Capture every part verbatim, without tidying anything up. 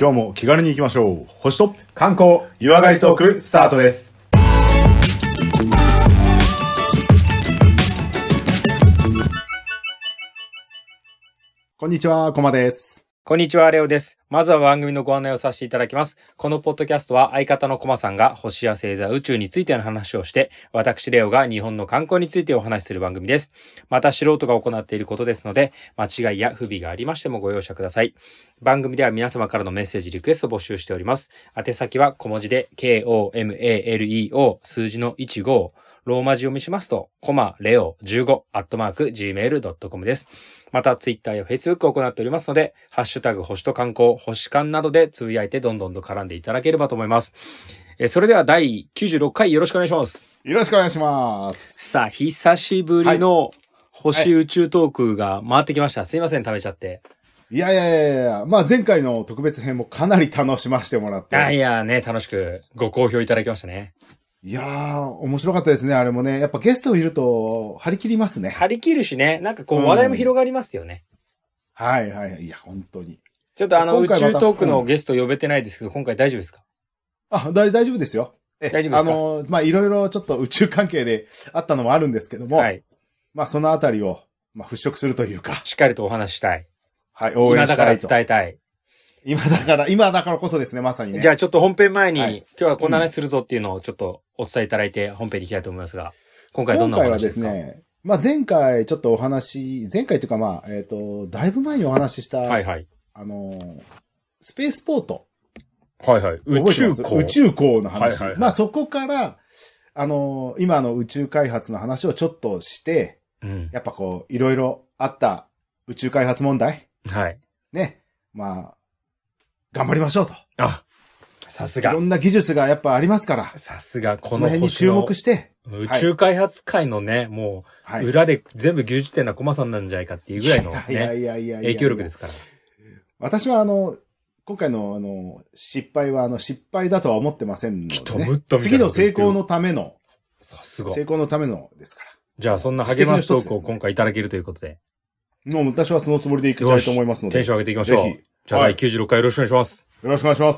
今日も気軽に行きましょう。星と観光湯上がりトークスタートです。こんにちは、コマです。 こんにちは、レオです。まずは番組のご案内をさせていただきます。このポッドキャストは相方のコマさんが星や星座、宇宙についての話をして、私レオが日本の観光についてお話しする番組です。また素人が行っていることですので、間違いや不備がありましてもご容赦ください。番組では皆様からのメッセージ、リクエストを募集しております。宛先は小文字で ケーオーエムエーエルイーオー 数字のじゅうご、ローマ字読みしますと、コマレオじゅうごアットマーク ジーメールドットコム です。また、ツイッターやフェイスブックを行っておりますので、ハッシュタグ星と観光、星観などでつぶやいてどんどんと絡んでいただければと思います。えそれではだいきゅうじゅうろっかいよろしくお願いします。 よろしくお願いします。 さあ、久しぶりの星宇宙トークが回ってきました。すいません、食べちゃって。 いやいやいやいや、まあ前回の特別編もかなり楽しませてもらって。 あいやね、楽しくご好評いただきましたね。 いやー、面白かったですね、あれもね。やっぱゲストいると、張り切りますね。 張り切るしね、なんかこう話題も広がりますよね。 うん、はいはいはい。いや、本当に。 ちょっとあの、宇宙トークのゲスト呼べてないですけど、うん、今回大丈夫ですか？ あ、だ、大丈夫ですよ。 え、大丈夫ですか？ あの、まあ、いろいろちょっと宇宙関係であったのもあるんですけども、はい。まあ、そのあたりを、まあ、払拭するというか。 しっかりとお話したい。 はい、応援したいと。 今だから伝えたい。 今だから、今だからこそですね、まさにね。 じゃあちょっと本編前に、はい、今日はこんな話するぞっていうのをちょっとお伝えいただいて本編に行きたいと思いますが、今回どんなお話ですか？今回はですね、 まあ前回ちょっとお話、前回というかまあ、えっと、だいぶ前にお話しした、 はいはい。 あの、スペースポート。 はいはい。宇宙港。 宇宙港の話。はいはいはい、まあそこから、あの、今の宇宙開発の話をちょっとして、うん、やっぱこう、いろいろあった宇宙開発問題。 はい。 ね。まあ、頑張りましょうと。 あ、さすが。 いろんな技術がやっぱありますから。 さすが、 この辺に注目して。 宇宙開発界のね、はい、もう、裏で全部牛耳ってんのはコマさんなんじゃないかっていうぐらいの、ね、いやいやいや影響力ですから。 私はあの、今回のあの、失敗はあの、失敗だとは思ってませんので、ね。きっとむっと次の成功のための。 さすが。 成功のためのですから。 じゃあ、そんな励ますトークを今回いただけるということで。 もう私はそのつもりでいきたいと思いますので。 テンション上げていきましょう。じゃあ、だいきゅうじゅうろっかいよろしくお願いします。 よろしくお願いします。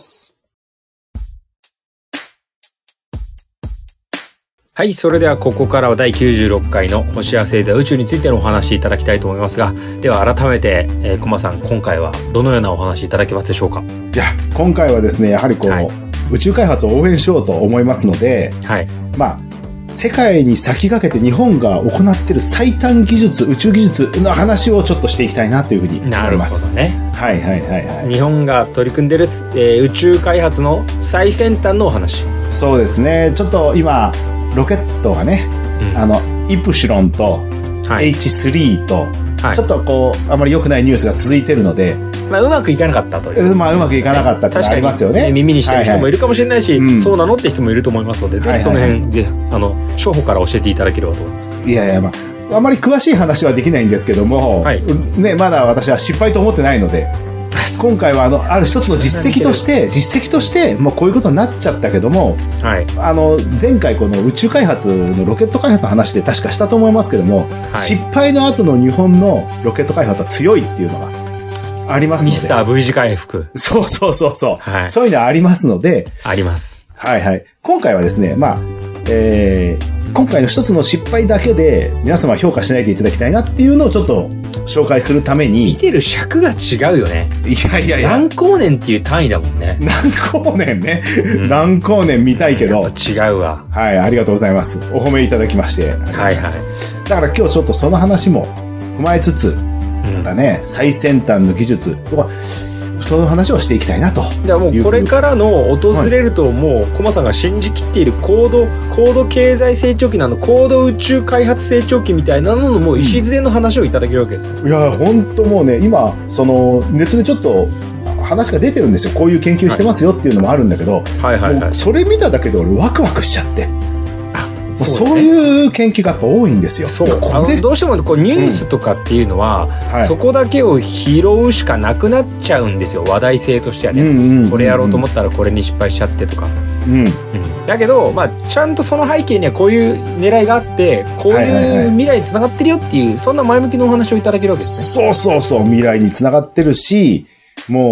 はい、それではここからはだいきゅうじゅうろっかいの星や星座宇宙についてのお話いただきたいと思いますが、では改めて、えー、コマさん、今回はどのようなお話いただけますでしょうか？ いや、今回はですね、やはりこう、はい、宇宙開発を応援しようと思いますので、はい。まあ、世界に先駆けて日本が行っている最短技術、宇宙技術の話をちょっとしていきたいなというふうに思います。なるほどね。はいはいはいはい。 日本が取り組んでいる、えー、宇宙開発の最先端のお話。 そうですね。ちょっと今、ロケットがね、うん、あの、イプシロンと、はい、エイチスリー と、はい、ちょっとこう、あまり良くないニュースが続いているので、 まあ、うまくいかなかったという、 ね。まあ、うまくいかなかったってありますよね。 ね、耳にしてる人もいるかもしれないし、はいはい、そうなのって人もいると思いますので、うん、ぜひその辺、はいはい、ぜひ、あの、双方から教えていただければと思います。 いやいや、まあ、あまり詳しい話はできないんですけども、はい、ね、まだ私は失敗と思ってないので、今回はあの、ある一つの実績として、実績として、もうこういうことになっちゃったけども、はい、あの、前回この宇宙開発のロケット開発の話で確かしたと思いますけども、はい、失敗の後の日本のロケット開発は強いっていうのがありますので。 ミスター V 字回復。 そうそうそうそう、はい。そういうのありますので。 あります。 はいはい。今回はですね、まあ、えー、今回の一つの失敗だけで皆様評価しないでいただきたいなっていうのをちょっと紹介するために。 見てる尺が違うよね。 いやいやいや。 何光年っていう単位だもんね。 何光年ね。うん、何光年見たいけど。 やっぱ違うわ。 はい、ありがとうございます。お褒めいただきまして。 はいはい。 だから今日ちょっとその話も踏まえつつ、だね、うん、最先端の技術とか、その話をしていきたいなと。 じゃあもうこれからの訪れるともうコマさんが信じきっている高度高度経済成長期なの高度宇宙開発成長期みたいなののもう礎の話をいただけるわけですよ、 うん、いや本当もうね今そのネットでちょっと話が出てるんですよ。こういう研究してますよっていうのもあるんだけど、はいはいはいはい、それ見ただけで俺ワクワクしちゃって。そう、ね、そういう研究がやっぱ多いんですよ。 そう。あのどうしてもこうニュースとかっていうのは、うんはい、そこだけを拾うしかなくなっちゃうんですよ。話題性としてはね、うんうんうんうん。これやろうと思ったらこれに失敗しちゃってとか。うん。うん、だけど、まあ、ちゃんとその背景にはこういう狙いがあって、こういう未来につながってるよっていう、はいはいはい、そんな前向きなお話をいただけるわけですね。 そうそうそう。未来につながってるし、もう、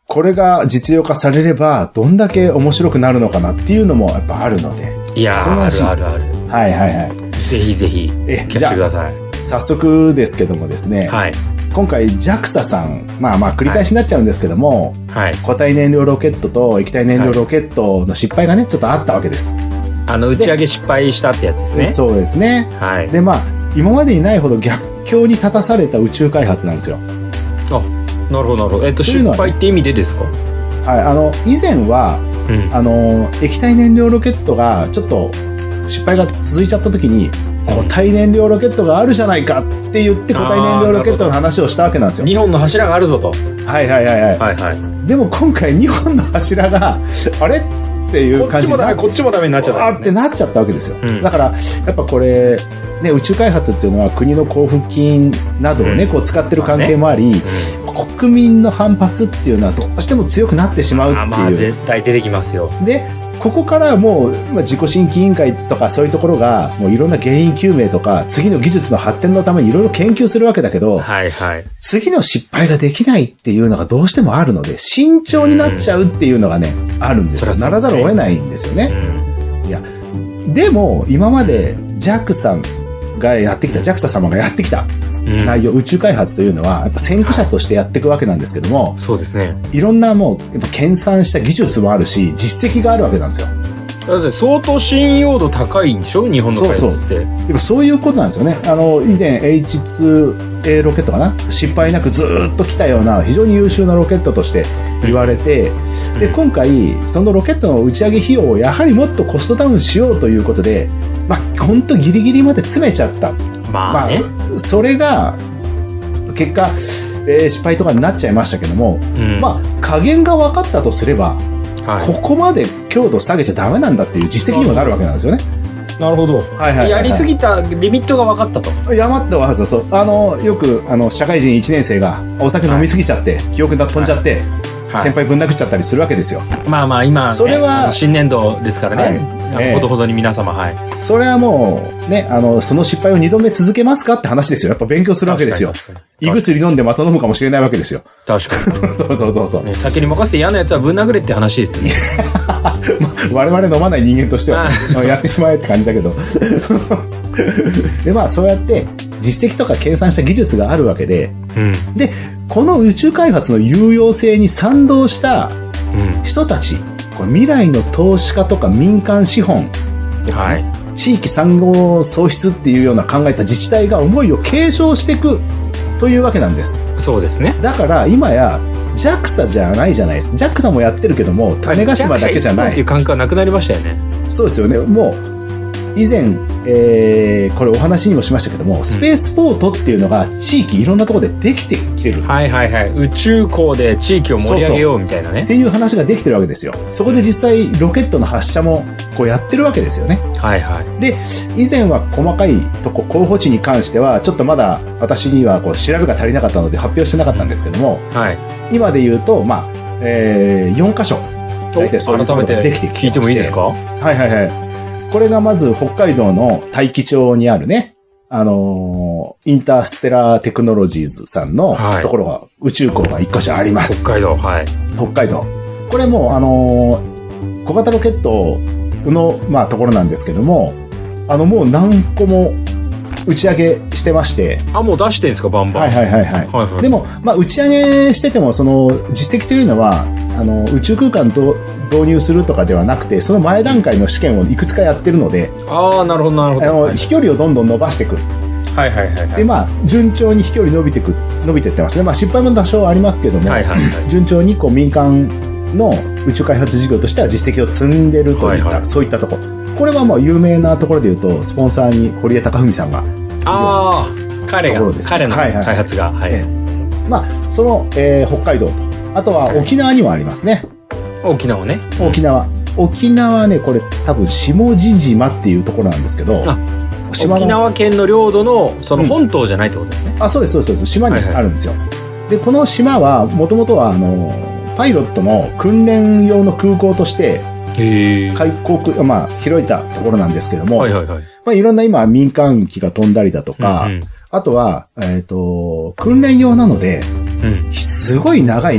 これが実用化されれば、どんだけ面白くなるのかなっていうのもやっぱあるので。 いやー、あるあるある。 はいはいはい。 ぜひぜひ、聞かせてください。 早速ですけどもですね。 はい。 今回 ジャクサ さん、まあまあ繰り返しになっちゃうんですけども、はい。固体燃料ロケットと液体燃料ロケットの失敗がね、ちょっとあったわけです。 あの、打ち上げ失敗したってやつですね。 そうですね。 はい。 で、まあ、今までにないほど逆境に立たされた宇宙開発なんですよ。 あ、なるほどなるほど。えっと、失敗って意味でですか？ はい、あの、以前は、うん、あの、液体燃料ロケットがちょっと失敗が続いちゃった時に、固体燃料ロケットがあるじゃないかって言って固体燃料ロケットの話をしたわけなんですよ。 にほんの柱があるぞと。 はいはいはいはい。はいはい、でも今回にほんの柱が、あれっていう感じで。こっちもダメ、 こっちもダメになっちゃった、ね。 あってなっちゃったわけですよ。うん、だから、やっぱこれ、ね、宇宙開発っていうのは国の交付金などをね、うん、こう使ってる関係もあり、まあね、国民の反発っていうのはどうしても強くなってしまうっていう。 まあまあ絶対出てきますよ。 で、ここからもう、まあ、自己審議委員会とかそういうところが、もういろんな原因究明とか、次の技術の発展のためにいろいろ研究するわけだけど、はいはい。次の失敗ができないっていうのがどうしてもあるので、慎重になっちゃうっていうのがね、うん、あるんですよ。ならざるを得ないんですよね。うん、いや、でも、今まで ジャクサ がやってきた、ジャクサ 様がやってきた内容、うん、宇宙開発というのは、やっぱ先駆者としてやっていくわけなんですけども、 そうですね。 いろんなもう、やっぱ研鑽した技術もあるし、実績があるわけなんですよ。 だって相当信用度高いんでしょ日本の開発って。そうそう。 やっぱそういうことなんですよね。あの、以前 エイチツーエー ロケットかな失敗なくずーっと来たような非常に優秀なロケットとして言われて、うん、で、今回、そのロケットの打ち上げ費用をやはりもっとコストダウンしようということで、まあ、ほんとギリギリまで詰めちゃった。 まあね。 まあ、それが、結果、えー、失敗とかになっちゃいましたけども、うん、まあ、加減が分かったとすれば、はい、ここまで強度下げちゃダメなんだっていう実績にもなるわけなんですよね。 なるほど。はいはいはいはい、やりすぎたリミットが分かったと。 やまったわ、そうそう。あの、よく、あの、社会人いちねん生がお酒飲みすぎちゃって、はい、記憶が飛んじゃって、はい、先輩ぶん殴っちゃったりするわけですよ。 まあまあ今、ね、 それは新年度ですからね、はい、ほどほどに皆様、はい。 それはもうね、あのその失敗をにどめ続けますかって話ですよ。やっぱ勉強するわけですよ。胃薬飲んでまた飲むかもしれないわけですよ。 確かに。 そうそうそうそう、 ね。酒に任せて嫌なやつはぶん殴れって話ですよね。 我々飲まない人間としては、ね、やってしまえって感じだけど。でまあそうやって実績とか計算した技術があるわけで、うん、でこの宇宙開発の有用性に賛同した人たち、うん、これ未来の投資家とか民間資本とか、ね、はい、地域産業創出っていうような考えた自治体が思いを継承していくというわけなんです。 そうですね。 だから今や ジャクサ じゃないじゃないですか。ジャクサ もやってるけども種子島だけじゃない。 っていう感覚はなくなりましたよね。 そうですよね。もう以前、えー、これお話にもしましたけども、スペースポートっていうのが地域いろんなところでできてきてる。 はいはいはい。宇宙港で地域を盛り上げようみたいなね。そうそうっていう話ができてるわけですよ。そこで実際ロケットの発射もこうやってるわけですよね。 はいはい。 で、以前は細かいとこ、候補地に関しては、ちょっとまだ私にはこう調べが足りなかったので発表してなかったんですけども、はい。今で言うと、まあ、えー、よんかしょ。大体そういうところができてきて。 聞いてもいいですか？ はいはいはい。これがまず北海道の大樹町にあるね、あのー、インターステラーテクノロジーズさんのところが、はい、宇宙港が一箇所あります。 北海道、はい。 北海道。これも、あのー、小型ロケットの、まあ、ところなんですけども、あの、もう何個も打ち上げしてまして。 あ、もう出してんですか、バンバン。 はいはいはいはい。はいはい、でも、まあ、打ち上げしてても、その、実績というのは、あの、宇宙空間と導入するとかではなくて、その前段階の試験をいくつかやってるので。 ああ、なるほどなるほど。 あの、はい、飛距離をどんどん伸ばしていく。 はいはいはい、はい。 で、まあ、順調に飛距離伸びてく、伸びてってますね。まあ、失敗も多少ありますけども、はいはいはい、順調にこう民間の宇宙開発事業としては実績を積んでるといった、はいはい、そういったところ。これはもう有名なところで言うと、スポンサーに堀江貴文さんが。 ああ、彼が、彼の開発が。はい、はいはい。 まあ、その、えー、北海道と、あとは沖縄にもありますね。 沖縄ね。 沖縄。沖縄ね、これ多分下地島っていうところなんですけど、 あ、沖縄県の領土のその本島じゃないってことですね。 うん、あ、そうですそうですそうです。島にあるんですよ。はいはい、で、この島はもともとはあのパイロットの訓練用の空港として開航空、まあ広いたところなんですけども、はいはいはい、まあいろんな今民間機が飛んだりだとか、うんうん、あとはえっと訓練用なので、うん、すごい長いね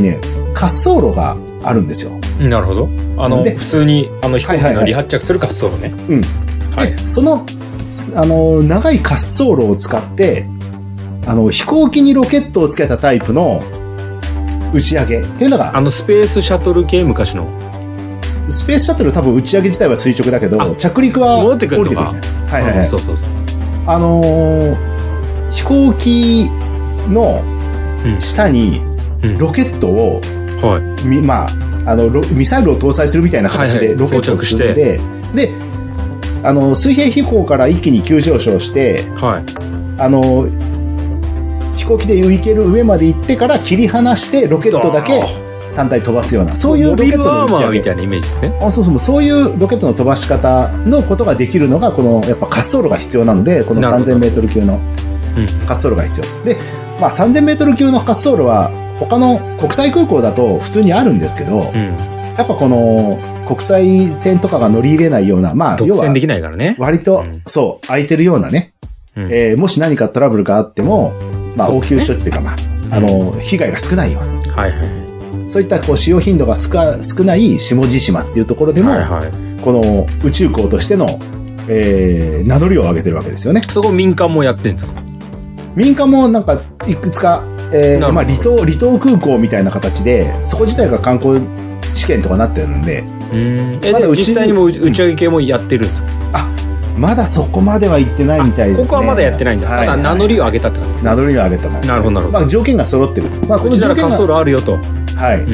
滑走路があるんですよ。 なるほど。あの、普通に、あの、飛行機の離発着する滑走路ね。はいはいはい、うん。はい。 で、その、あの、長い滑走路を使って、あの、飛行機にロケットをつけたタイプの打ち上げっていうのが。 あの、スペースシャトル系昔の。 スペースシャトル多分打ち上げ自体は垂直だけど、着陸は戻ってくるのか。 はいはいはい。 そうそうそう。 あのー、飛行機の下にロケットを、うんうんはいみ、まあ、あの、ミサイルを搭載するみたいな形でロケットを積んで、はいはい、で、あの、水平飛行から一気に急上昇して、はい、あの、飛行機で行ける上まで行ってから切り離してロケットだけ単体飛ばすような、そういうロケットの打ち上げみたいなイメージですね。 あ、そうそう、そういうロケットの飛ばし方のことができるのが、この、やっぱ滑走路が必要なので、このさんぜんメートル級の滑走路が必要。うん、で、まあさんぜんメートル級の滑走路は、他の国際空港だと普通にあるんですけど、うん、やっぱこの、国際線とかが乗り入れないような、まあ、 要は、独占できないからね。 割と、うん、そう、空いてるようなね、うんえー、もし何かトラブルがあっても、まあ、応急処置っていうか、まあ、あの、被害が少ないような。はいはい。そういった、こう、使用頻度が少ない下地島っていうところでも、はいはい、この宇宙港としての、えー、名乗りを上げてるわけですよね。 そこ民間もやってるんですか？ 民間もなんか、いくつか、えー、まあ、離島、離島空港みたいな形で、そこ自体が観光試験とかなってるんで。 うん。え、まだ実際にも打ち上げ系もやってるんですか？ あ、まだそこまでは行ってないみたいですね。 ここはまだやってないんだ。はいはい、ただ名乗りを上げたって感じですね。 名乗りを上げた感じ。 なるほど、なるほど。 まあ、条件が揃ってる。まあ、 この条件が。滑走路あるよと。 はい。うん。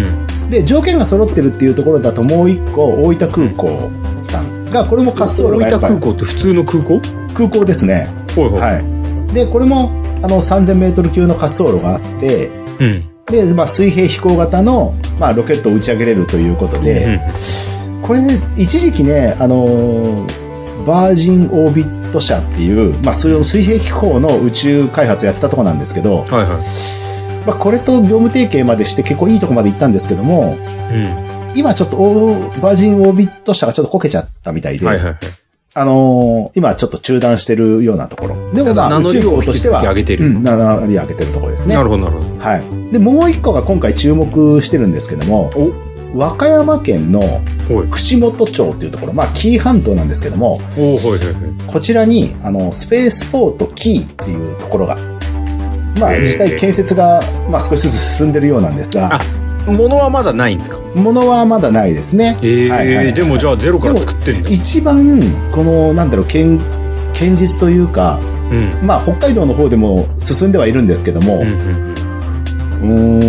で、条件が揃ってるっていうところだと、もう一個、大分空港さんが、これも滑走路がやっぱり。 大分空港って普通の空港？ 空港ですね。 ほいほい。 はい。で、これも、あの、さんぜんメートル級の滑走路があって、うん。で、まあ、水平飛行型の、まあ、ロケットを打ち上げれるということで、うん、これね、一時期ね、あのー、バージンオービット社っていう、まあ、そういう水平飛行の宇宙開発をやってたところなんですけど、はいはい。まあ、これと業務提携までして結構いいとこまで行ったんですけども、うん、今ちょっとバージンオービット社がちょっとこけちゃったみたいで、はいはいはい、あのー、今ちょっと中断してるようなところ。でもまあ、宇宙港としては、 上げてる。 うん、名乗り上げてるところですね。 なるほど、なるほど。 はい。で、もう一個が今回注目してるんですけども、和歌山県の串本町っていうところ、まあ、紀伊半島なんですけども、おはいはいはい、こちらに、あの、スペースポート紀伊っていうところが、まあ、実際建設が、まあ、少しずつ進んでるようなんですが、 あ、物はまだないんですか？ 物はまだないですね。 えーはいはいはい、でもじゃあゼロから作ってるんだ。 一番、この、なんだろう、堅、堅実というか、うん、まあ、北海道の方でも進んではいるんですけども、うんうんうん、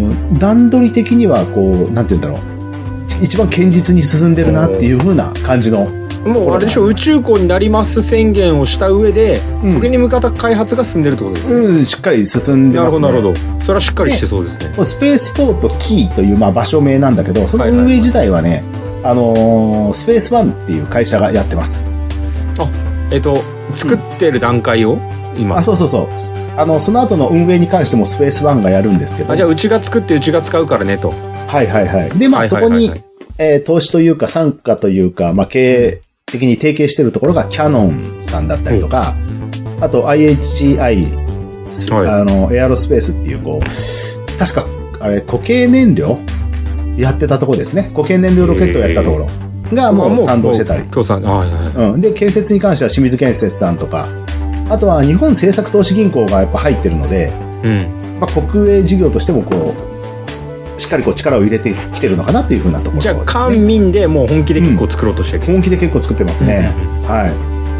うーん、段取り的には、こう、なんて言うんだろう、一番堅実に進んでるなっていう風な感じの。 もうあれでしょ、宇宙港になります宣言をした上で、うん、それに向かった開発が進んでるってことですね。 うん、しっかり進んでますね。 なるほど、なるほど。それはしっかりしてそうですね。 スペースポートキーという、まあ、場所名なんだけど、その運営自体はね、はいはいはい、あのー、スペースワンっていう会社がやってます。 あ、えっと、作ってる段階を、うん、今。 あ、そうそうそう。あの、その後の運営に関してもスペースワンがやるんですけど。 あ、じゃあ、うちが作ってうちが使うからね、と。 はいはいはい。で、まあ、そこに、えー、投資というか、参加というか、まあ、経営、的に提携しているところがキャノンさんだったりとか、あと アイエイチアイ、はい、あの、エアロスペースっていう、こう、確か、あれ、固形燃料やってたところですね。固形燃料ロケットをやったところがもう賛同してたり。 協賛、はいはい。 うん。で、建設に関しては清水建設さんとか、あとは日本政策投資銀行がやっぱ入ってるので、うん。まあ、国営事業としてもこう、しっかりこう力を入れてきてるのかなっていうふうなところ、ね。 じゃあ、官民でもう本気で結構作ろうとしてる、 うん、本気で結構作ってますね。うん、はい。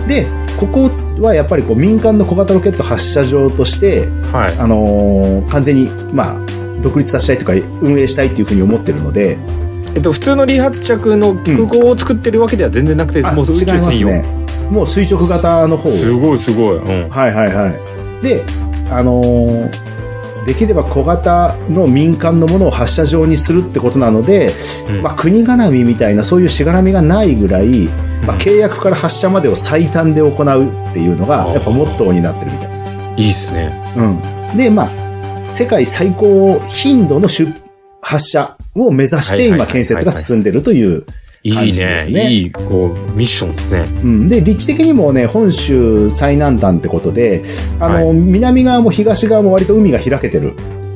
で、ここはやっぱりこう民間の小型ロケット発射場として、はい、あのー、完全に、まあ、独立させたいとか運営したいっていうふうに思ってるので、 えっと、普通の離発着の空港を作ってるわけでは全然なくて、うん、もう宇宙専用。違いますね。 もう垂直型の方。 すごいすごい。うん、 はいはいはい。で、あのー、できれば小型の民間のものを発射場にするってことなので、うん、まあ国絡みみたいなそういうしがらみがないぐらい、まあ、契約から発射までを最短で行うっていうのがやっぱモットーになってるみたい。 いいっすね。 うん。で、まあ、世界最高頻度の出発射を目指して今建設が進んでるという感じですね。 いいね。いい、こう、ミッションですね。 うん。で、立地的にもね、本州最南端ってことで、あの、はい、南側も東側も割と海が開けてる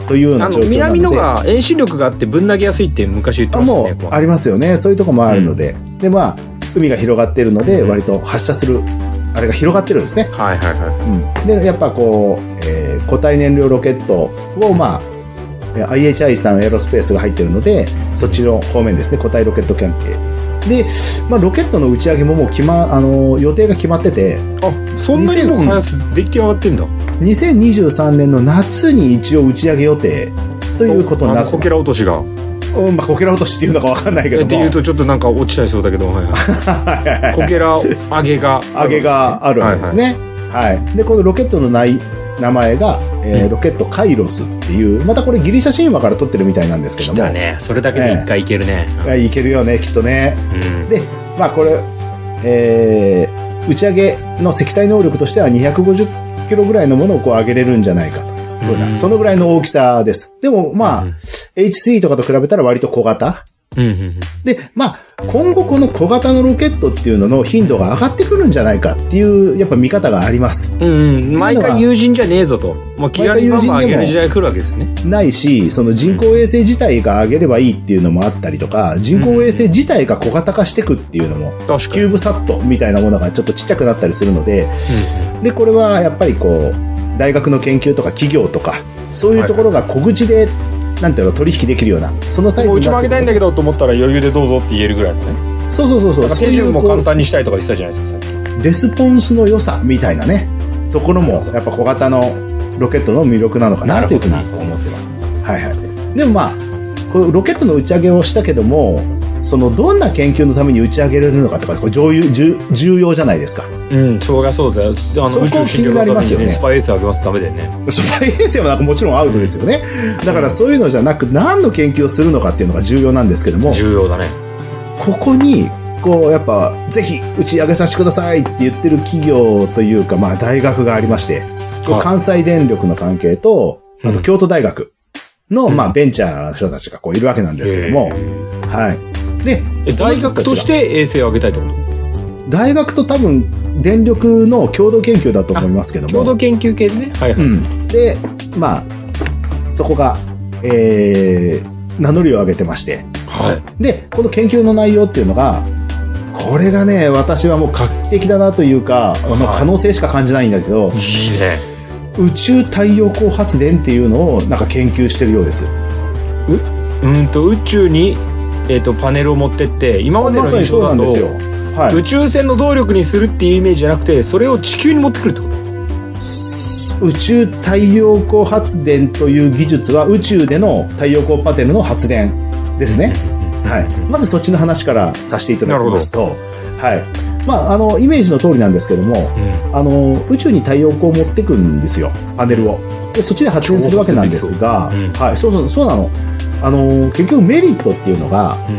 というような状況なので、 南のが遠心力があってぶん投げやすいって昔言ってましたね。 もうありますよね。そういうとこもあるので、うん、でまあ海が広がっているので、割と発射する、あれが広がってるんですね。 はいはいはい。 うん、でやっぱこう、えー、固体燃料ロケットをまあ アイエイチアイ さんエロスペースが入ってるので、そっちの方面ですね、固体ロケット関係で、まあ、ロケットの打ち上げももう決ま、あの予定が決まってて、 あ、そんなにもう開発出来上がってんだ。 にせんにじゅうさんねんの夏に一応打ち上げ予定ということになってます。 こけら落としが、 うん、まあ、こけら落としっていうのか分かんないけどもっていうとちょっとなんか落ちちゃいそうだけど、はいはい、こけら上げが上げがあるわけですね。はい、はいはい、でこのロケットのない名前が、えーうん、ロケットカイロスっていう、またこれギリシャ神話から取ってるみたいなんですけども。 来たね。それだけで一回いけるね。 えー、いけるよね、きっとね。うん、で、まあこれ、えー、打ち上げの積載能力としてはにひゃくごじゅっキロぐらいのものをこう上げれるんじゃないかと。うん、そのぐらいの大きさです。でもまあ、うん、エイチスリー とかと比べたら割と小型。 うんうんうん、 で、まあ、今後この小型のロケットっていうのの頻度が上がってくるんじゃないかっていう、やっぱ見方があります。 うんうん。毎回友人じゃねえぞと。もう気軽にバンバン上げる時代が来るわけですね。 ないし、その人工衛星自体が上げればいいっていうのもあったりとか、人工衛星自体が小型化していくっていうのも、キューブサットみたいなものがちょっとちっちゃくなったりするので、うん、で、これはやっぱりこう、大学の研究とか企業とか、そういうところが小口で、なんていうの取引できるようなそのサイズになって、うちも上げたいんだけどと思ったら余裕でどうぞって言えるぐらいのね。そうそうそうそう。手順も簡単にしたいとか言ってたじゃないですか、さっき。レスポンスの良さみたいなねところもやっぱ小型のロケットの魅力なのかなというふうに思ってます。はいはい。でもまあこのロケットの打ち上げをしたけども、そのどんな研究のために打ち上げられるのかとかこれ重要、重要じゃないですか。うん、そりゃそうだよ。あの宇宙侵略のためにね、スパイ衛星上げますとダメだよね。スパイ衛星はなんかもちろんアウトですよね。だからそういうのじゃなく何の研究をするのかっていうのが重要なんですけども。重要だね。ここにこうやっぱぜひ打ち上げさせてくださいって言ってる企業というかまあ大学がありまして、関西電力の関係とあと京都大学の、うん、まあベンチャーの人たちがこういるわけなんですけども、はい。で、大学として衛星を上げたいってこと？大学と多分電力の共同研究だと思いますけども。共同研究系でね。はいはい。うん、で、まあそこが、えー、名乗りを上げてまして、はい。で、この研究の内容っていうのが、これがね、私はもう画期的だなというか、はい、あの可能性しか感じないんだけど、いいね。宇宙太陽光発電っていうのをなんか研究してるようです。う、うんと宇宙にえー、とパネルを持ってって今までの印象だと、はい、宇宙船の動力にするっていうイメージじゃなくてそれを地球に持ってくるってこと？宇宙太陽光発電という技術は宇宙での太陽光パネルの発電ですね、はい、まずそっちの話からさせていただきますと、はいまあ、あのイメージの通りなんですけども、うん、あの宇宙に太陽光を持ってくるんですよパネルをでそっちで発電するわけなんですが、うんはい、そうそうそうなのあの結局メリットっていうのが、うん、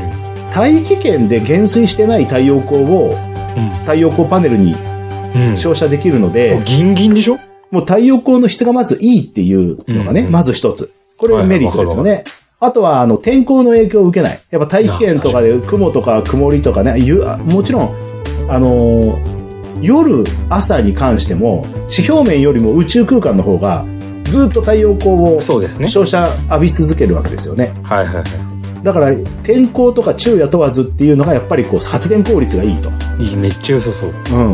大気圏で減衰してない太陽光を、うん、太陽光パネルに照射できるので、うん、ギンギンでしょ？もう太陽光の質がまずいいっていうのがね、うん、まず一つ。これはメリットですよね。はいはい、あとはあの天候の影響を受けない。やっぱ大気圏とかで雲とか曇りとかね、もちろんあのー、夜朝に関しても地表面よりも宇宙空間の方がずっと太陽光を照射浴び続けるわけですよね。はいはいはい。だから天候とか昼夜問わずっていうのがやっぱりこう発電効率がいいと。いいめっちゃ良さそう。うん。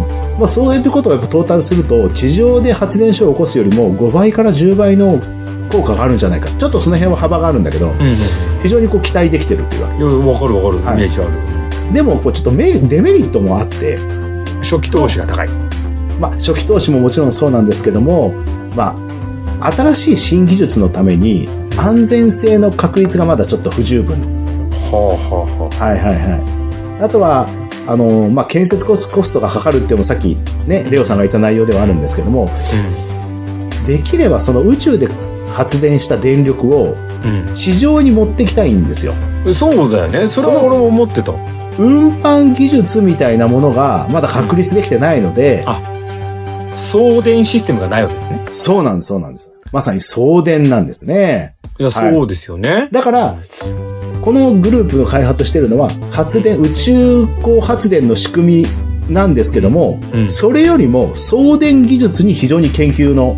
まあそういうことをやっぱトータルすると地上で発電所を起こすよりもごばいからじゅうばいの効果があるんじゃないか。ちょっとその辺は幅があるんだけど、うんうん、非常にこう期待できてるっていうわけ。いやわかるわかる、はい、イメージある。でもこうちょっとメデメリットもあって初期投資が高い。まあ初期投資ももちろんそうなんですけども、まあ新しい新技術のために安全性の確率がまだちょっと不十分。はあはあはあ。はいはいはい。あとはあのまあ建設コスコストがかかるってもさっきねレオさんが言った内容ではあるんですけども、うん、できればその宇宙で発電した電力を地上に持ってきたいんですよ。うん、そうだよね。それは俺も思ってた。運搬技術みたいなものがまだ確立できてないので、うん、あ、送電システムがないわけですね。そうなんですそうなんです。まさに送電なんですね。いや、はい、そうですよね。だから、このグループが開発しているのは、発電、宇宙光発電の仕組みなんですけども、うん、それよりも送電技術に非常に研究の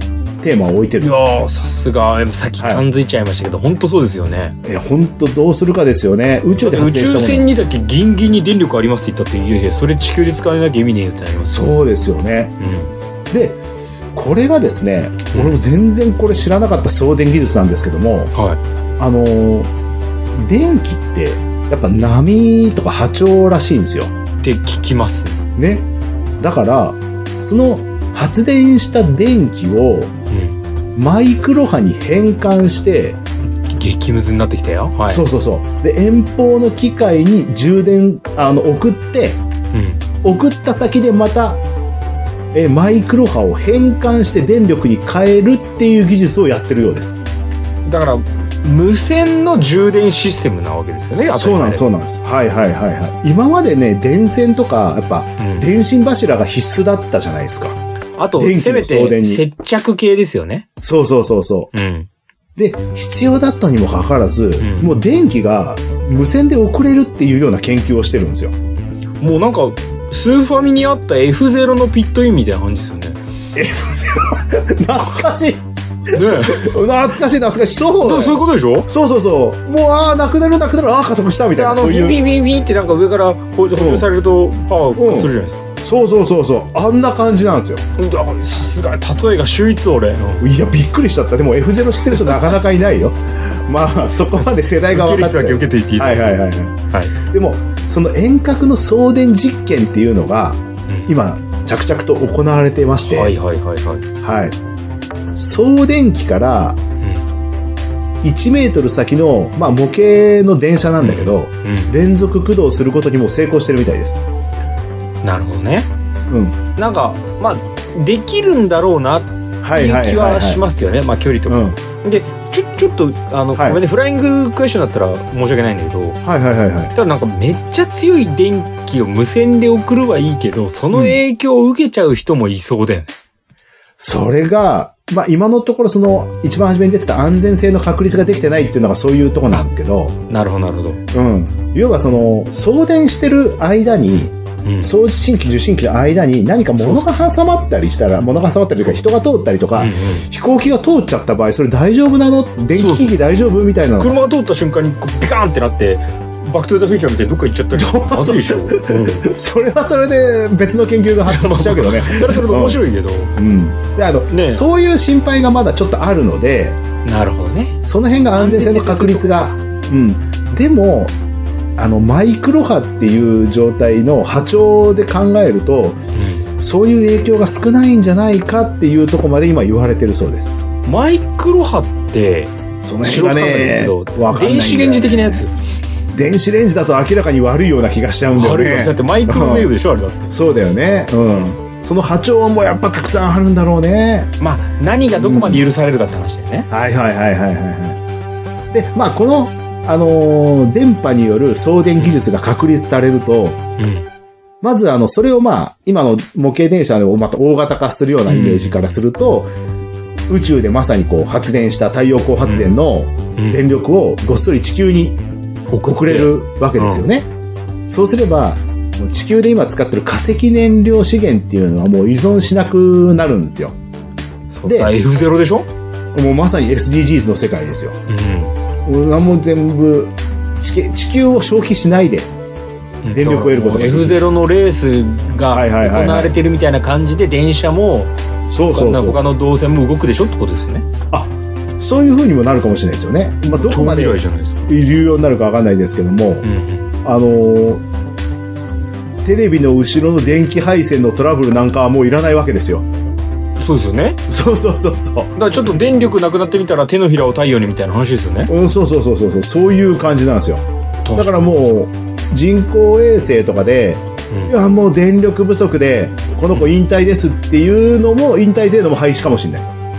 テーマを置いてる。 いやー、さすが。さっき感づいちゃいましたけど、はい、本当そうですよね。 いや、本当どうするかですよね。宇宙で発電したもの。 宇宙船にだけギンギンに電力ありますって言ったって、いやいや、それ地球で使わなきゃ意味ねえよってなります。 そうですよね。うん、で、これがですね、うん、俺も全然これ知らなかった送電技術なんですけども、はい、あのー、電気って、やっぱ波とか波長らしいんですよ。 って聞きますね。だから、その発電した電気を、マイクロ波に変換して、 激ムズになってきたよ。はい。 そうそうそう。で、遠方の機械に充電、あの、送って、うん、送った先でまた、え、マイクロ波を変換して電力に変えるっていう技術をやってるようです。 だから、無線の充電システムなわけですよね。 そうなんです、そうなんです。はいはいはいはい。今までね、電線とか、やっぱ、うん、電信柱が必須だったじゃないですか。 あと、せめて接着系ですよね。 そうそうそうそう。うん、で、必要だったにもかかわらず、うん、もう電気が無線で送れるっていうような研究をしてるんですよ。 もうなんか、スーファミにあった エフゼロ のピットインみたいな感じですよね。 エフゼロ? 懐かしい。ねえ。 懐かしい懐かしい。そうだよ。 そういうことでしょ？ そうそうそう。もう、ああ、なくなるなくなる、ああ、加速したみたいな。 あの、ビンビンビンビンってなんか上から補充されるとパワー復活するじゃないですか。 そうそうそうそう。あんな感じなんですよ。 さすが、例えが秀逸俺。 いや、びっくりしちゃった。でも エフゼロ 知ってる人なかなかいないよ。まあ、そこまで世代が分かってる。 受けていっていい。 はいはいはいはい。はい。でも、その遠隔の送電実験っていうのが、うん、今、着々と行われていまして。 はいはいはいはい。 はい。送電機から、いちメートル先の、まあ、模型の電車なんだけど、うんうん、連続駆動することにも成功してるみたいです。 なるほどね。 うん。 なんか、まあ、できるんだろうなっていう気はしますよね。まあ、距離とか。うん、で、ちょ、ちょっと、あの、はい、ごめんね、フライングクエスチョンだったら申し訳ないんだけど、 はいはいはいはい。 ただなんかめっちゃ強い電気を無線で送るはいいけど、その影響を受けちゃう人もいそうだよね。うん、 それが、まあ今のところその、一番初めに出てた安全性の確立ができてないっていうのがそういうところなんですけど。 なるほどなるほど。 うん。要はその、送電してる間に、うん、送信機、受信機の間に何か物が挟まったりしたら、物が挟まったりとか人が通ったりとか、うんうん、飛行機が通っちゃった場合、それ大丈夫なの？電気機器大丈夫みたいなの。 車が通った瞬間にこうピカーンってなって、バックトゥーザフューチャーみたいにどっか行っちゃったり。まずいでしょ、 うん、それはそれで別の研究が発達しちゃうけどね。 それはそれで面白いけど。 うん。で、あの、ね、そういう心配がまだちょっとあるので、 なるほどね。 その辺が安全性の確率が、うん。でも、あの、マイクロ波っていう状態の波長で考えると、うん、そういう影響が少ないんじゃないかっていうところまで今言われてるそうです。 マイクロ波って、 その辺がね、 電子レンジ的なやつ。 電子レンジだと明らかに悪いような気がしちゃうんだよね。 悪い。だってマイクロウェーブでしょ、あれだって。 そうだよね。うん。その波長もやっぱたくさんあるんだろうね。 まあ、何がどこまで許されるかって話だよね。 うん、はいはいはいはいはいはい。で、まあ、この、あのー、電波による送電技術が確立されると、うん、まずあの、それをまあ、今の模型電車をまた大型化するようなイメージからすると、うん、宇宙でまさにこう発電した太陽光発電の電力をごっそり地球に送れるわけですよね。うん、そうすれば、地球で今使ってる化石燃料資源っていうのはもう依存しなくなるんですよ。 で、エフゼロ でしょ？ もうまさに エスディージーズ の世界ですよ。うん。もう全部地、地球を消費しないで電力を得ることができる。 エフゼロ のレースが行われてるみたいな感じで電車も、 そうそうそう。 他の動線も動くでしょってことですよね。 あ、そういう風にもなるかもしれないですよね。まあ、どこまで有用になるかわかんないですけども、うん、あのー、テレビの後ろの電気配線のトラブルなんかはもういらないわけですよ。 そうですよね。 そうそうそうそう。だからちょっと電力なくなってみたら手のひらを太陽にみたいな話ですよね。 うん、そうそうそうそうそう。そういう感じなんですよ。だからもう、人工衛星とかで、うん、いや、もう電力不足で、この子引退ですっていうのも、引退制度も廃止かもしれない。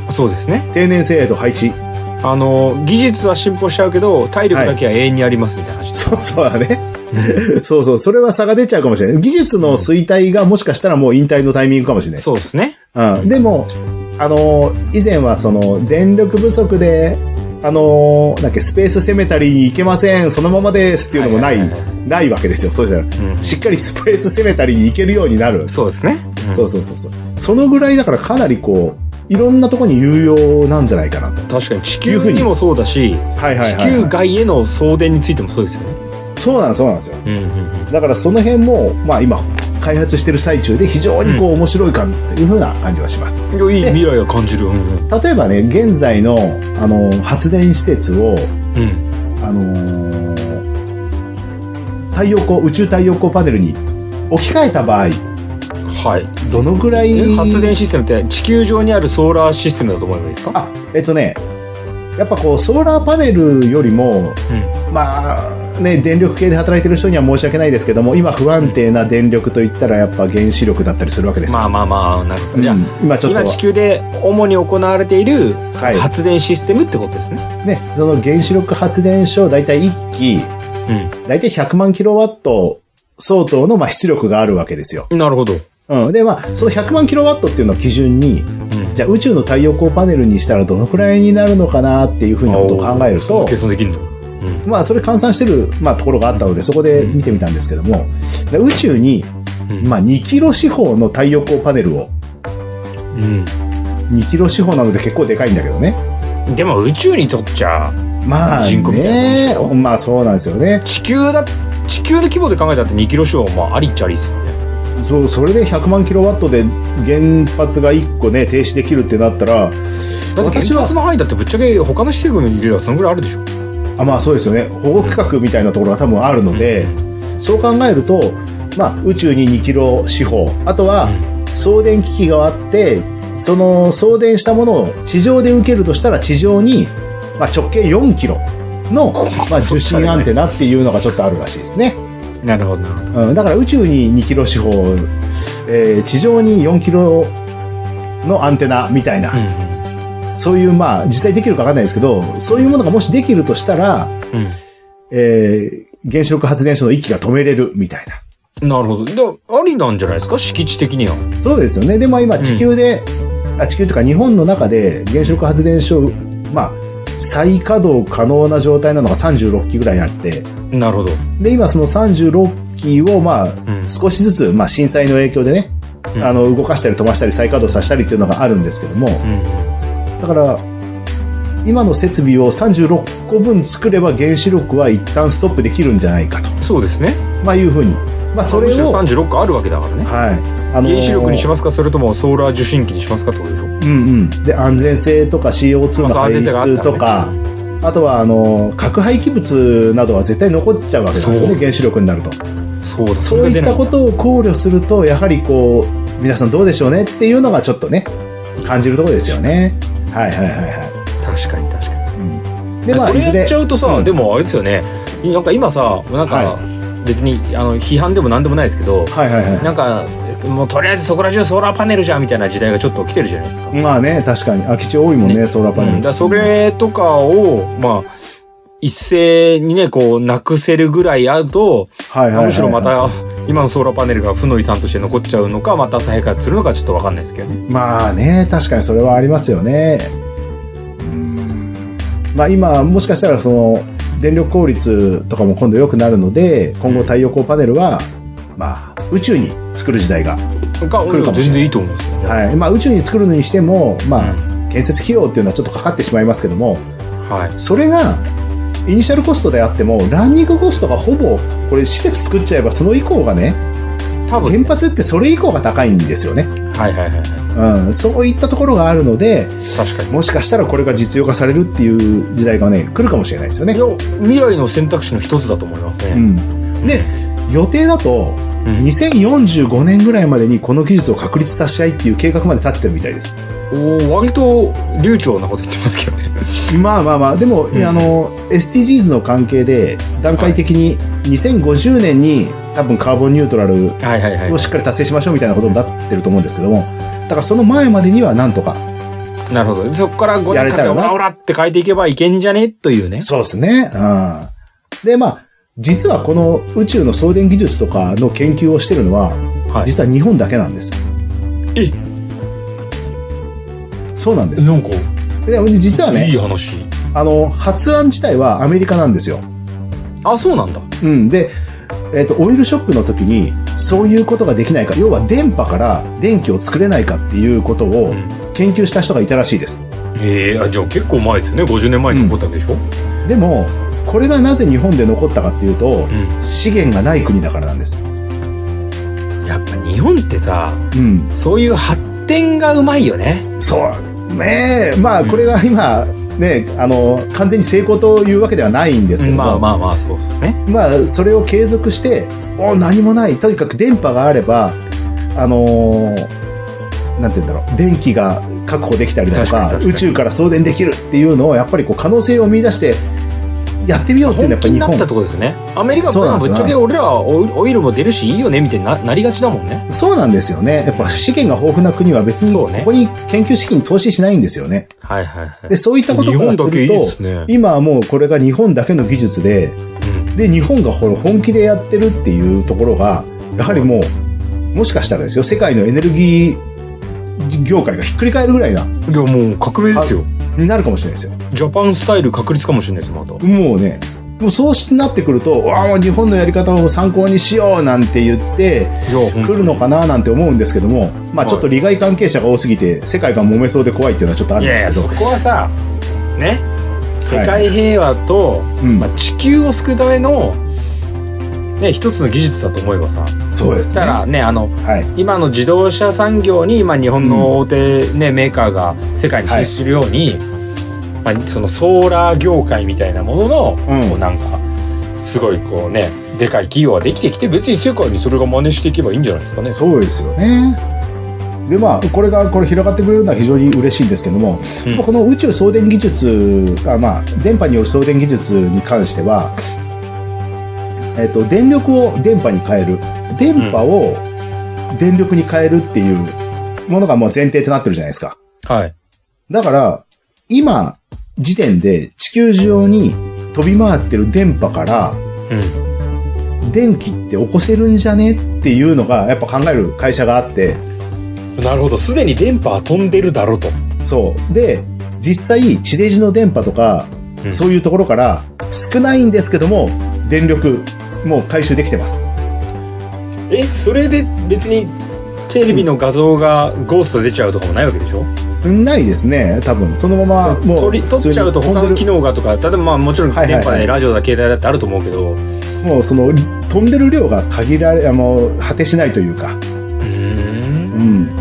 そうですね。 定年制度廃止。 あの、技術は進歩しちゃうけど、体力だけは永遠にありますみたいな話、 はい。そうそうだね。そうそう。それは差が出ちゃうかもしれない。技術の衰退がもしかしたらもう引退のタイミングかもしれない。 そうですね。 うん。でも、あの、以前はその、電力不足で、あの、なんだっけ、スペースセメタリーに行けません、そのままですっていうのもない、ないわけですよ。そうしたら、うん、しっかりスペースセメタリーに行けるようになる。 そうですね。 うん、そうそうそうそう。そのぐらいだからかなりこう、 いろんなところに有用なんじゃないかなと。 確かに地球にもそうだし、はいはいはいはい、地球外への送電についてもそうですよね。 そうなんです、そうなんですよ。うんうんうん、だからその辺も、まあ今、開発してる最中で非常にこう面白いかっていう風な感じはします。 いや、いい未来を感じる。うんうん、 例えばね、現在の、あの、発電施設を、うん、あのー、太陽光、宇宙太陽光パネルに置き換えた場合、はい。どのぐらい発電システムって地球上にあるソーラーシステムだと思えばいいですか？ あ、えっとね、やっぱこうソーラーパネルよりも、うん、まあね、電力系で働いてる人には申し訳ないですけども、今不安定な電力といったらやっぱ原子力だったりするわけですよ。 まあまあまあ、なるほど。じゃあ、うん、今ちょっと今地球で主に行われている発電システムってことですね。はい、 ね、その原子力発電所だいたいいっき、うん、だいたいひゃくまんキロワット相当のまあ出力があるわけですよ。 なるほど。 うん。で、まあ、そのひゃくまんキロワットっていうのを基準に、うん、じゃあ宇宙の太陽光パネルにしたらどのくらいになるのかなっていうふうなことを考えると、 計算できるの、うん、 まあ、それ換算してる、まあ、ところがあったので、そこで見てみたんですけども、うん、宇宙に、うん、まあ、にキロ四方の太陽光パネルを、うん、にキロ四方なので結構でかいんだけどね。 でも宇宙にとっちゃ、 まあ、ね、まあ、そうなんですよね。 地球だ、地球の規模で考えたらにキロ四方、まあ、ありっちゃありですよね。 そう、それでひゃくまんキロワットで原発がいっこね、停止できるってなったら、 だって原発の範囲だってぶっちゃけ他の施設に入れればそのぐらいあるでしょ。 あ、まあそうですよね。保護区画みたいなところが多分あるので、うん、そう考えると、まあ宇宙ににキロ四方、あとは送電機器があって、その送電したものを地上で受けるとしたら地上に、まあ、直径よんキロの、まあ、受信アンテナっていうのがちょっとあるらしいですね。 なるほど、なるほど。 うん、だから宇宙ににキロ四方、えー、地上によんキロのアンテナみたいな、うんうん、そういう、まあ、実際できるかわかんないですけど、そういうものがもしできるとしたら、うん、えー、原子力発電所のいっきが止めれるみたいな。なるほど。で、ありなんじゃないですか、敷地的には。 そうですよね。で、まあ今地球で、うん、あ、地球というか日本の中で原子力発電所、まあ、再稼働可能な状態なのがさんじゅうろっきぐらいあって。 なるほど。 で、今そのさんじゅうろっきを、まあ、うん、少しずつ、まあ震災の影響でね、うん、あの、動かしたり飛ばしたり再稼働させたりっていうのがあるんですけども、うん、だから、今の設備をさんじゅうろっこぶん作れば原子力は一旦ストップできるんじゃないかと。 そうですね。 まあいうふうに。まあそれを。むしろさんじゅうろっこあるわけだからね。 はい。 あのー、原子力にしますか、それともソーラー受信機にしますかってことでしょ。 うんうん。で、安全性とか シーオーツー の排出とか、あとは、あの、核廃棄物などは絶対残っちゃうわけですよね、原子力になると。 そう、 そういったことを考慮すると、やはりこう、皆さんどうでしょうねっていうのがちょっとね、感じるところですよね。はいはいはいはい。 確かに確かに。うん、で、まあ、それやっちゃうとさ、うん、でもあれですよね、なんか今さ、なんか、別に、あの、批判でもなんでもないですけど、はいはいはい。なんか、もうとりあえずそこら中ソーラーパネルじゃんみたいな時代がちょっと来てるじゃないですか。まあね、確かに。空き地多いもんね、ね、ソーラーパネル。 うん、だそれとかを、まあ、一斉にね、こう、なくせるぐらいあると、はいはいはいはい、むしろまた、今のソーラーパネルが負の遺産として残っちゃうのか、また再開発するのかちょっとわかんないですけどね。 まあね、確かにそれはありますよね。うん、まあ今、もしかしたらその、電力効率とかも今度良くなるので、今後太陽光パネルは、まあ、宇宙に作る時代が来るかもしれない。 全然いいと思います。 はい。まあ、宇宙に作るのにしても、まあ、うん、建設費用っていうのはちょっとかかってしまいますけども、はい。それが、イニシャルコストであっても、ランニングコストがほぼ、これ施設作っちゃえばその以降がね、多分、原発ってそれ以降が高いんですよね。 はいはいはいはい。 うん。そういったところがあるので、 確かに。 もしかしたらこれが実用化されるっていう時代がね、来るかもしれないですよね。いや、 未来の選択肢の一つだと思いますね。 うん。で、予定だと、にせんよんじゅうごねんぐらいまでにこの技術を確立させたいっていう計画まで立ててるみたいです。 おー、割と流暢なこと言ってますけどね。 まあまあまあ、でも、うん、あの、エスディージーズ の関係で段階的ににせんごじゅうねんに多分カーボンニュートラルをしっかり達成しましょうみたいなことになってると思うんですけども、だからその前までにはなんとか。 なるほど。そこからごねんかんでオラオラって変えていけばいけんじゃねというね。 そうですね。うん。で、まあ、実はこの宇宙の送電技術とかの研究をしてるのは、はい、実は日本だけなんです。 えそうなんです。 なんか、 で実はね、 いい話。 あの、発案自体はアメリカなんですよ。 あ、そうなんだ。 うん。で、えっと、オイルショックの時に、 そういうことができないか、要は電波から電気を作れないかっていうことを研究した人がいたらしいです。 へえ、あ、じゃあ結構前ですよね。ごじゅうねんまえに残ったわけでしょ、うん、 でも、これがなぜ日本で残ったかっていうと、うん、資源がない国だからなんです。 やっぱ日本ってさ、うん、そういう発展がうまいよね。 そうねえ、まあこれが今、ね、あの完全に成功というわけではないんですけども、 まあまあまあそうですね。 まあそれを継続してお何もない、とにかく電波があれば、あのー、なんて言うんだろう、電気が確保できたりだとか宇宙から送電できるっていうのをやっぱりこう可能性を見出してやってみようっていうのはやっぱり日本本気になったところですね。アメリカはぶっちゃけ俺らはオイルも出るしいいよねみたいに な, なりがちだもんね。 そうなんですよね。やっぱ資源が豊富な国は別にここに研究資金投資しないんですよね。 はいはいはい。 でそういったことからすると、いいですね、今はもうこれが日本だけの技術で、うん、で日本が本気でやってるっていうところがやはりもうもしかしたらですよ、世界のエネルギー業界がひっくり返るぐらいな。いやもう革命ですよ。 になるかもしれないですよ。 ジャパンスタイル確立かもしれないですまた。 もうね、もうそうなってくると、ああ、日本のやり方を参考にしようなんて言って来るのかななんて思うんですけども、まあちょっと利害関係者が多すぎて世界が揉めそうで怖いっていうのはちょっとあるんですけど。 いやいや、そこはさ、ね、世界平和と、はい、まあ、地球を救うためのね、一つの技術だと思えばさ、 そうですね。 だからね、あの、はい、今の自動車産業に今日本の大手、ね、うん、メーカーが世界に進出するように、はい、まあ、そのソーラー業界みたいなものの、うん、こうなんかすごいこうね、でかい企業ができてきて、別に世界にそれが真似していけばいいんじゃないですかね。 そうですよね。でまあこれがこれ広がってくれるのは非常に嬉しいんですけども、うん、この宇宙送電技術、あ、まあ電波による送電技術に関しては、えっと電力を電波に変える、電波を電力に変えるっていうものがもう前提となってるじゃないですか。 はい。 だから今時点で地球上に飛び回ってる電波から、うん、電気って起こせるんじゃねっていうのがやっぱ考える会社があって。 なるほど。すでに電波は飛んでるだろうと。 そう。で、実際地デジの電波とか、うん、そういうところから少ないんですけども電力もう回収できてます。 え、それで別にテレビの画像がゴースト出ちゃうとかもないわけでしょ？ ないですね。多分そのままもう取り取っちゃうと他の機能がとか、例えばまあもちろん電波でラジオだ携帯だってあると思うけど、 もうその飛んでる量が限られ、あの果てしないというか、うーん、 うん、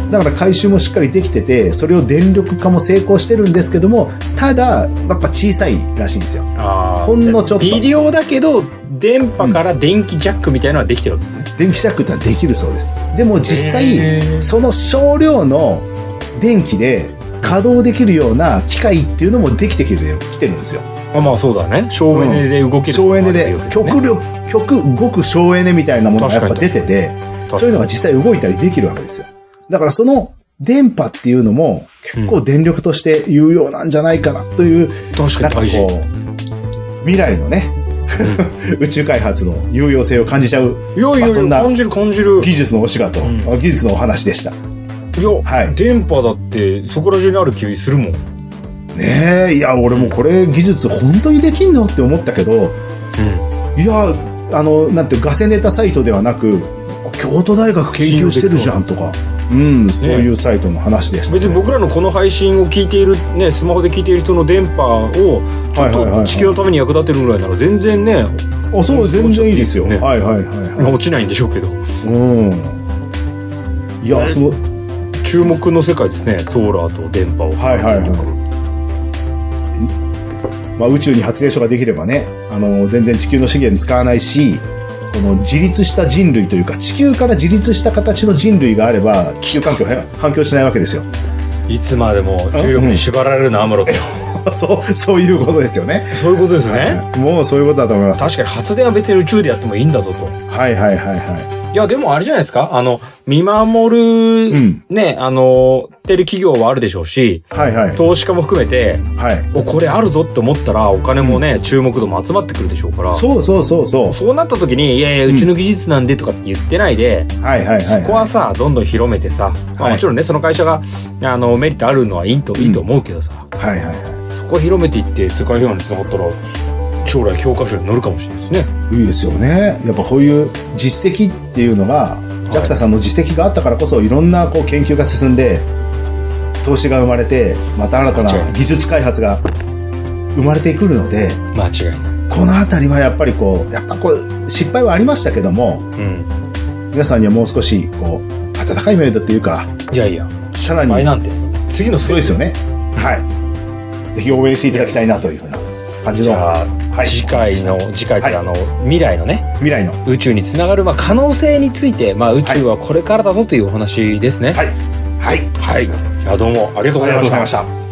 だから回収もしっかりできてて、それを電力化も成功してるんですけども、ただやっぱ小さいらしいんですよ。 あ、 ほんのちょっと微量だけど電波から電気ジャックみたいなのはできてるんですね、 うん、電気ジャックってのはできるそうです。でも実際その少量の電気で稼働できるような機械っていうのもできてきてるんですよ。 あ、まあそうだね。省エネで動ける、 省エネで極力極極省エネみたいなものがやっぱ出てて、そういうのが実際動いたりできるわけですよ。だからその電波っていうのも結構電力として有用なんじゃないかなという、うん、 確かに大事。 未来のね、うん、宇宙開発の有用性を感じちゃう。 いやいやいや、まあ、そんな感じる感じる。 技術の推しがと、うん、技術のお話でした。 いや、はい、電波だってそこら中にある気するもん。 ねえ、いや俺もこれ技術本当にできんのって思ったけど、うん、いやあのなんてガセネタサイトではなく京都大学研究してるじゃんとか、うん、そういうサイトの話でしたね。 別に僕らのこの配信を聞いているね、スマホで聞いている人の電波をちょっと地球のために役立てるぐらいなら全然ね、 あ、そう全然いいですよね。はいはいはい、はい、 落ちないんでしょうけど、 うん、いや、その注目の世界ですね、ソーラーと電波を。 はいはいはい。まあ、宇宙に発電所ができればね、あの全然地球の資源使わないし、この自立した人類というか地球から自立した形の人類があれば地球環境反響しないわけですよ。 いつまでも重力に縛られるな、アムロと。 そうそういうことですよね。 そういうことですね。 もうそういうことだと思います。 確かに発電は別に宇宙でやってもいいんだぞと。 はいはいはいはい。 いや、でもあれじゃないですか、あの、見守る、うん、ね、あの、てる企業はあるでしょうし、 はいはい、 投資家も含めて、はい、お、これあるぞって思ったら、お金もね、うん、注目度も集まってくるでしょうから。 そうそうそうそう。 そうなった時に、いやいや、うちの技術なんでとかって言ってないで、 うん、はいはいはい、はい。 そこはさ、どんどん広めてさ、まあ、もちろんね、その会社が、あの、メリットあるのはいいと、いいと思うけどさ、 うん、はいはいはい。 そこを広めていって、世界平和につながったら、 将来教科書に載るかもしれないですね。 いいですよね。やっぱこういう実績っていうのが、ジャクサ さんの実績があったからこそいろんなこう研究が進んで、投資が生まれて、また新たな技術開発が生まれてくるので、 間違いない。 このあたりはやっぱりこう、やっぱこう、失敗はありましたけども、うん、皆さんにはもう少し、こう、温かい目だっていうか、 いやいや、 さらに、 失敗なんて、次のそうですよね。はい。ぜひ応援していただきたいなというふうな感じの。 じゃあ、はい、次回の、次回って、はい、あの、未来のね、 未来の宇宙につながる、まあ、可能性について、まあ、宇宙はこれからだぞというお話ですね。 はい。はい。 はい。じゃあ、どうもありがとうございました。